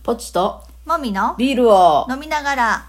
ポチともみのビールを飲みながら、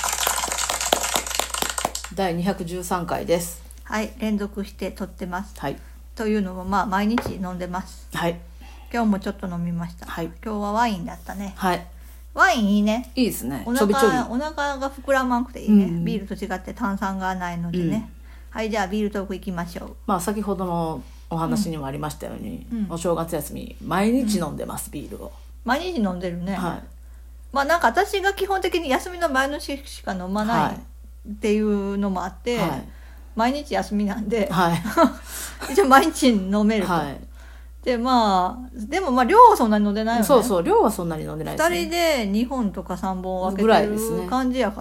第213回です。 はい、連続して撮ってます。 はいというのも毎日飲んでます。 はい今日もちょっと飲みました。 はい今日はワインだったね。 はいワインいいね。 いいですね。 おちょびちょび。 腹が膨らまんくていいね、 うんビールと違って炭酸がないのでね、はい、じゃあビールトークいきましょう。 先ほどのお話にもありましたように、お正月休み毎日飲んでます、ビールを。 毎日飲んでるね。 はいなんか私が基本的に休みの前の日しか飲まないっていうのもあって、 はい毎日休みなんで、 はい一応毎日飲めると、 はいででも量はそんなに飲んでないよね。 そうそう、量はそんなに飲んでないですね。 2人で2本とか3本分けぐらていですねる感じやから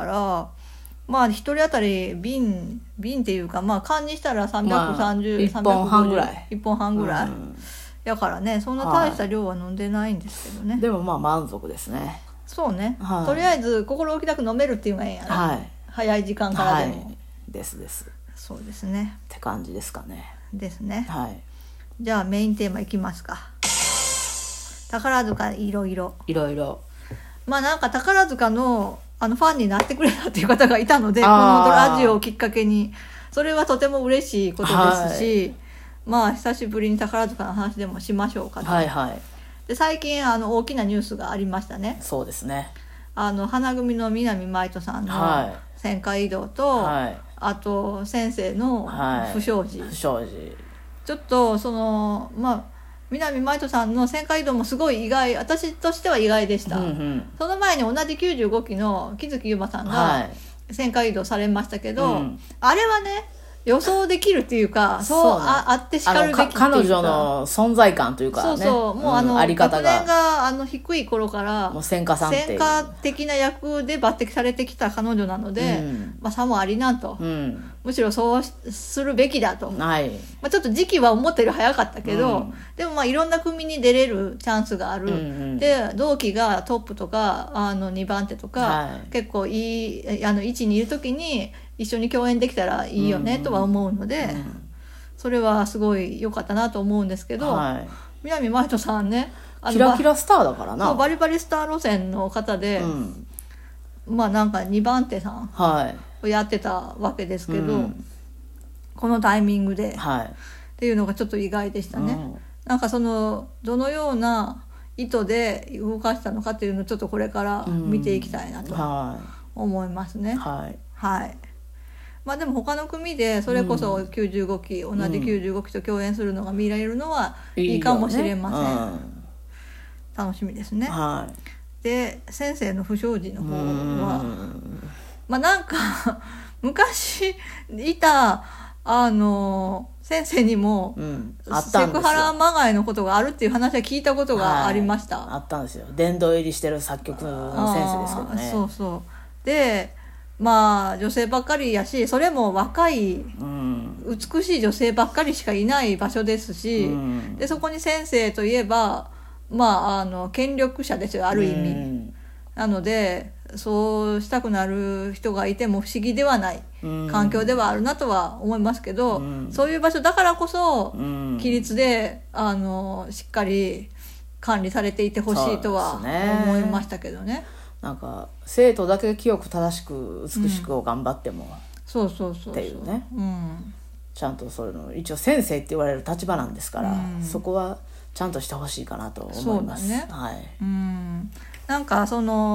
、1人当たり瓶っていうか缶にしたら330、 1本半ぐらい 1本半ぐらい、やからね、そんな大した量は飲んでないんですけどね、 でも満足ですね。 そうね、 はいとりあえず心置きなく飲めるっていうのがええんやな、 はい早い時間からでも、 はいですそうですねって感じですかね。 ですね。 はいじゃあメインテーマいきますか。宝塚いろいろなんか宝塚のファンになってくれたっていう方がいたので、このラジオをきっかけにそれはとても嬉しいことですし、久しぶりに宝塚の話でもしましょうかと、で最近大きなニュースがありましたね。 そうですね。 花組の南舞人さんの旋回移動と、あと先生の不祥事、ちょっと南舞人さんの旋回移動もすごい意外、私としては意外でした、その前に同じ95期の木月ゆまさんが旋回移動されましたけど、あれはね予想できるっていうか、あってしかるべきっていうか、 彼女の存在感というかね、あり方が、 学年が低い頃からもう専科さんっていう専科的な役で抜擢されてきた彼女なので、さもありなんと、むしろそうするべきだと、ちょっと時期は思ったより早かったけど、でもいろんな組に出れるチャンスがある、で同期がトップとか2番手とか、結構いい位置にいる時に一緒に共演できたらいいよねとは思うので、それはすごい良かったなと思うんですけど、南舞人さんね、 キラキラスターだからな、 バリバリスター路線の方で、なんか2番手さんをやってたわけですけど、このタイミングで、っていうのがちょっと意外でしたね、なんかどのような意図で動かしたのかっていうのをちょっとこれから見ていきたいなと思いますね。でも他の組でそれこそ95期、同じ95期と共演するのが見られるのはいいかもしれません、楽しみですね、で先生の不祥事の方は、なんか昔いた先生にも、セクハラまがいのことがあるっていう話は聞いたことがありました、 あったんですよ。殿堂入りしてる作曲の先生ですけどね。 そうそうで女性ばっかりやし、それも若い、美しい女性ばっかりしかいない場所ですし、でそこに先生といえば権力者ですよ、ある意味、なのでそうしたくなる人がいても不思議ではない環境ではあるなとは思いますけど、そういう場所だからこそ規律でしっかり管理されていてほしいとは思いましたけどね。 なんか生徒だけ清く正しく美しくを頑張っても、っていうね、ちゃんとそれの一応先生って言われる立場なんですから、そこはちゃんとしてほしいかなと思います。 なんか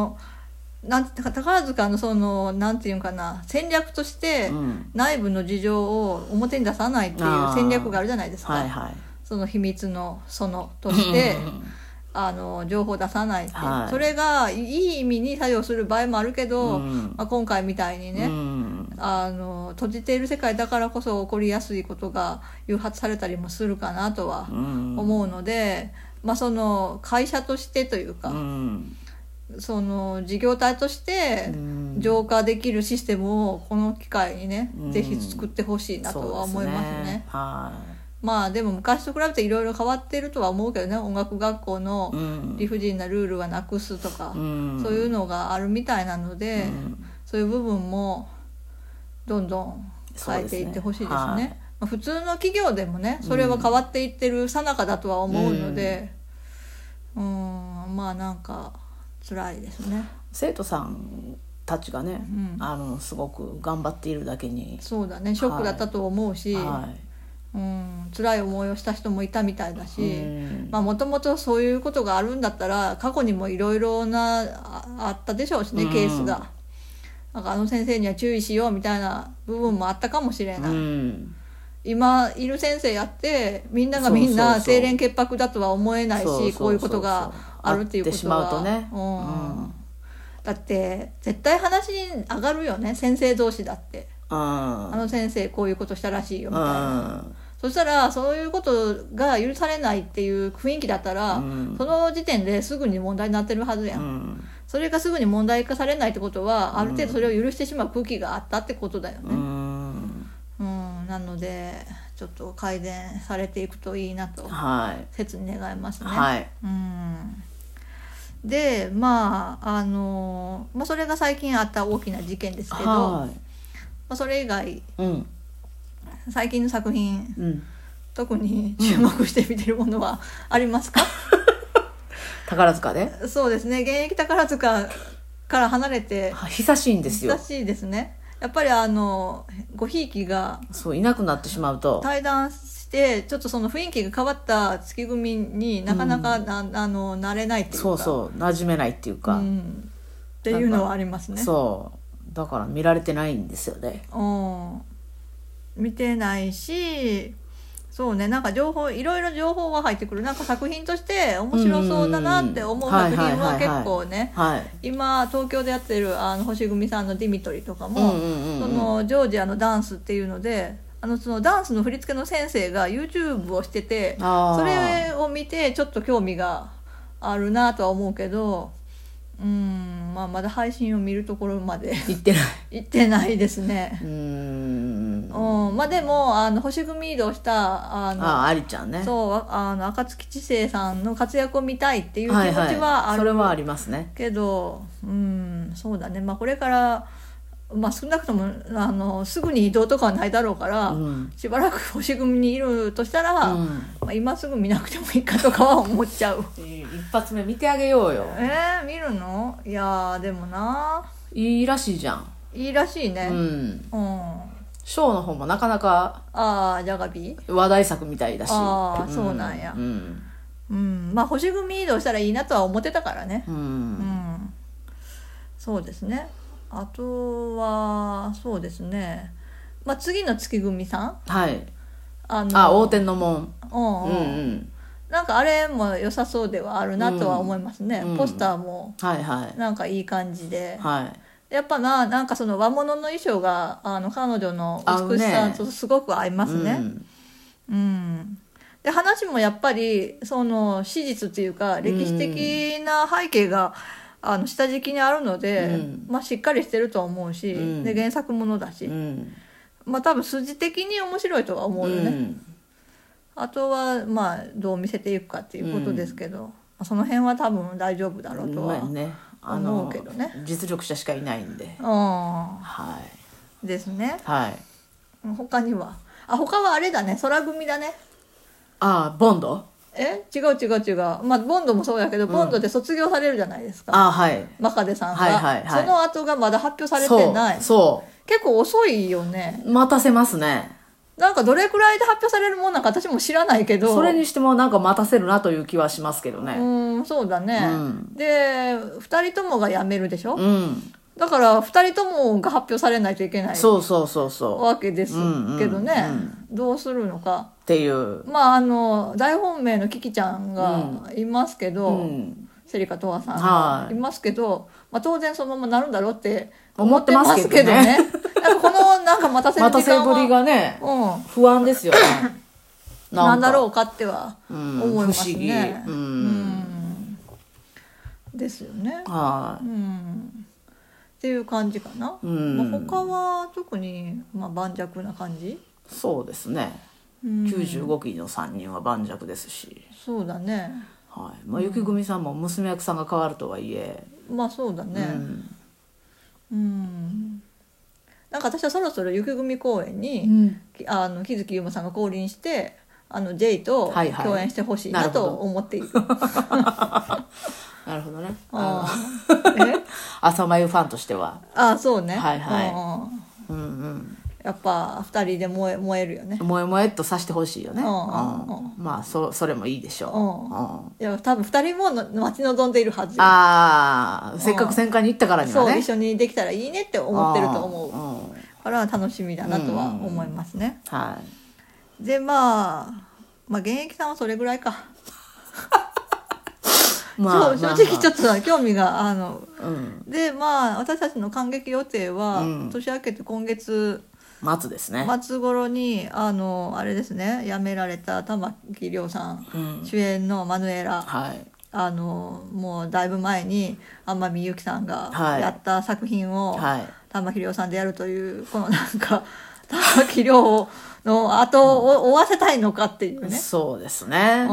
宝塚のなんていうかな、戦略として内部の事情を表に出さないっていう戦略があるじゃないですか、その秘密のとして情報を出さないって、それがいい意味に作用する場合もあるけど、今回みたいにね、閉じている世界だからこそ起こりやすいことが誘発されたりもするかなとは思うので、会社としてというか、事業体として浄化できるシステムをこの機会にね、ぜひ作ってほしいなとは思いますね。でも昔と比べていろいろ変わってるとは思うけどね、音楽学校の理不尽なルールはなくすとか、そういうのがあるみたいなので、そういう部分もどんどん変えていってほしいですね。普通の企業でもね、それは変わっていってる最中だとは思うので、なんか辛いですね。 生徒さんたちがね、すごく頑張っているだけに、 そうだね、ショックだったと思うし、辛い思いをした人もいたみたいだし、もともとそういうことがあるんだったら過去にもいろいろな あったでしょうしね、ケースが。なんか先生には注意しようみたいな部分もあったかもしれない。今いる先生やってみんながみんな清廉潔白だとは思えないし、こういうことがあるっていうことは、ね、だって絶対話に上がるよね、先生同士だって。先生こういうことしたらしいよみたいな。そしたらそういうことが許されないっていう雰囲気だったら、その時点ですぐに問題になってるはずやん。それがすぐに問題化されないってことは、ある程度それを許してしまう空気があったってことだよね。なのでちょっと改善されていくといいなと切に願いますね。でそれが最近あった大きな事件ですけど、それ以外、最近の作品、特に注目して見てるものはありますか？ 宝塚で？ そうですね、現役宝塚から離れて久しいんですよ。 久しいですね。やっぱりごひいきがいなくなってしまうと対談してちょっとその雰囲気が変わった月組になかなか慣れないっていうか、 馴染めないっていうか、 っていうのはありますね。 そうだから見られてないんですよね。 見てないし、そうね、なんかいろいろ情報が入ってくる。なんか作品として面白そうだなって思う作品は結構ね、今東京でやってる星組さんのディミトリとかも、そのジョージアのダンスっていうので、そのダンスの振り付けの先生が YouTube をしてて、それを見てちょっと興味があるなとは思うけど、まだ配信を見るところまで行ってないですね。でも星組移動したありちゃんね、 暁知世さんの活躍を見たいっていう気持ちはある、 それはありますね。 けどそうだね、これから少なくともすぐに移動とかはないだろうから、しばらく星組にいるとしたら、今すぐ見なくてもいいかとかは思っちゃう。 一発目見てあげようよ。 見るの？いやでもいいらしいじゃん。 いいらしいね。 ショーの方もなかなかジャガビー話題作みたいだし。 そうなんや。星組移動したらいいなとは思ってたからね。そうですね。あとはそうですね、次の月組さん、 大天の門、 なんかあれも良さそうではあるなとは思いますね。ポスターもなんかいい感じで、やっぱなんかその和物の衣装が彼女の美しさとすごく合いますね。で話もやっぱりその史実っていうか歴史的な背景が下敷きにあるので、しっかりしてるとは思うし、で原作ものだし、多分筋的に面白いとは思うよね。あとはどう見せていくかっていうことですけど、その辺は多分大丈夫だろうとは思うけどね。 実力者しかいないんで。 ですね。他には他はあれだね、空組だね。 ボンド？ 違う、ボンドもそうやけど、ボンドで卒業されるじゃないですか、真壁さんが、その後がまだ発表されてない。結構遅いよね。 待たせますね。 なんかどれくらいで発表されるもんなんか私も知らないけど、 それにしてもなんか待たせるなという気はしますけどね。 そうだね、で2人ともが辞めるでしょ、だから2人ともが発表されないといけないわけですけどね、どうするのかっていう。 大本命のキキちゃんがいますけど、セリカトワさんがいますけど、当然そのままなるんだろうって思ってますけどね。なんかこのなんか待たせる時間はぶりがね、不安ですよね。 なんだろうかっては思いますね。ですよね。っていう感じかな。他は特に盤石な感じ。 そうですね。95期の3人は盤石ですし。 そうだね。 雪組さんも娘役さんが変わるとはいえ。 そうだね。なんか私はそろそろ雪組公演に、木月ゆうまさんが降臨してJ と共演してほしいなと思っている。 なるほどね。朝眉ファンとしては。 そうね。 はいはい。 うんうん。やっぱ2人で燃えるよね。 燃えっとさしてほしいよね。まあそれもいいでしょう。いや多分2人も待ち望んでいるはずよ。 せっかく戦艦に行ったからにはね。 そう一緒にできたらいいねって思ってると思う。から楽しみだなとは思いますね。 はい。 でまあ現役さんはそれぐらいか。正直ちょっと興味がで私たちの観劇予定は、年明けて今月末ですね。 末頃にあれですね、辞められた玉木亮さん、主演のマヌエラ、もうだいぶ前に天海祐希さんがやった作品を、玉木亮さんでやるというこのなんか玉木亮の後を追わせたいのかっていうね。 そうですね。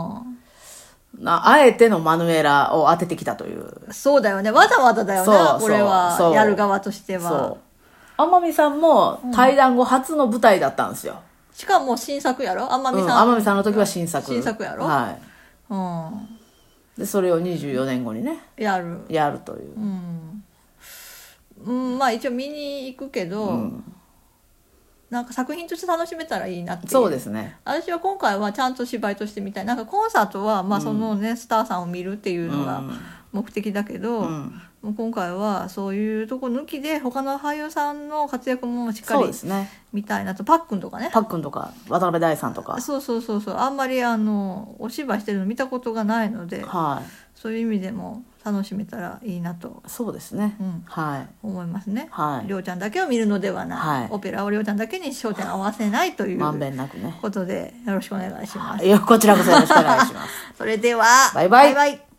あえてのマヌエラを当ててきたという。 そうだよね。わざわざだよね。これはやる側としては。 天海さんも対談後初の舞台だったんですよ。 しかも新作やろ。天海さんの時は新作やろ。 はい。でそれを24年後にねやるという。 一応見に行くけど。なんか作品として楽しめたらいいなっていう。 そうですね。 私は今回はちゃんと芝居として見たい。なんかコンサートはそのね、スターさんを見るっていうのが目的だけど、もう今回はそういうとこ抜きで他の俳優さんの活躍もしっかり見たいなと。パックンとかね。 パックンとか渡辺大さんとか。 そうあんまりお芝居してるの見たことがないので、そういう意味でも楽しめたらいいなと。 そうですね。 思いますね。りょうちゃんだけを見るのではない。オペラをりょうちゃんだけに焦点を合わせないというまんべんなくね。 ことでよろしくお願いします。 こちらこそよろしくお願いします。 それではバイバイ。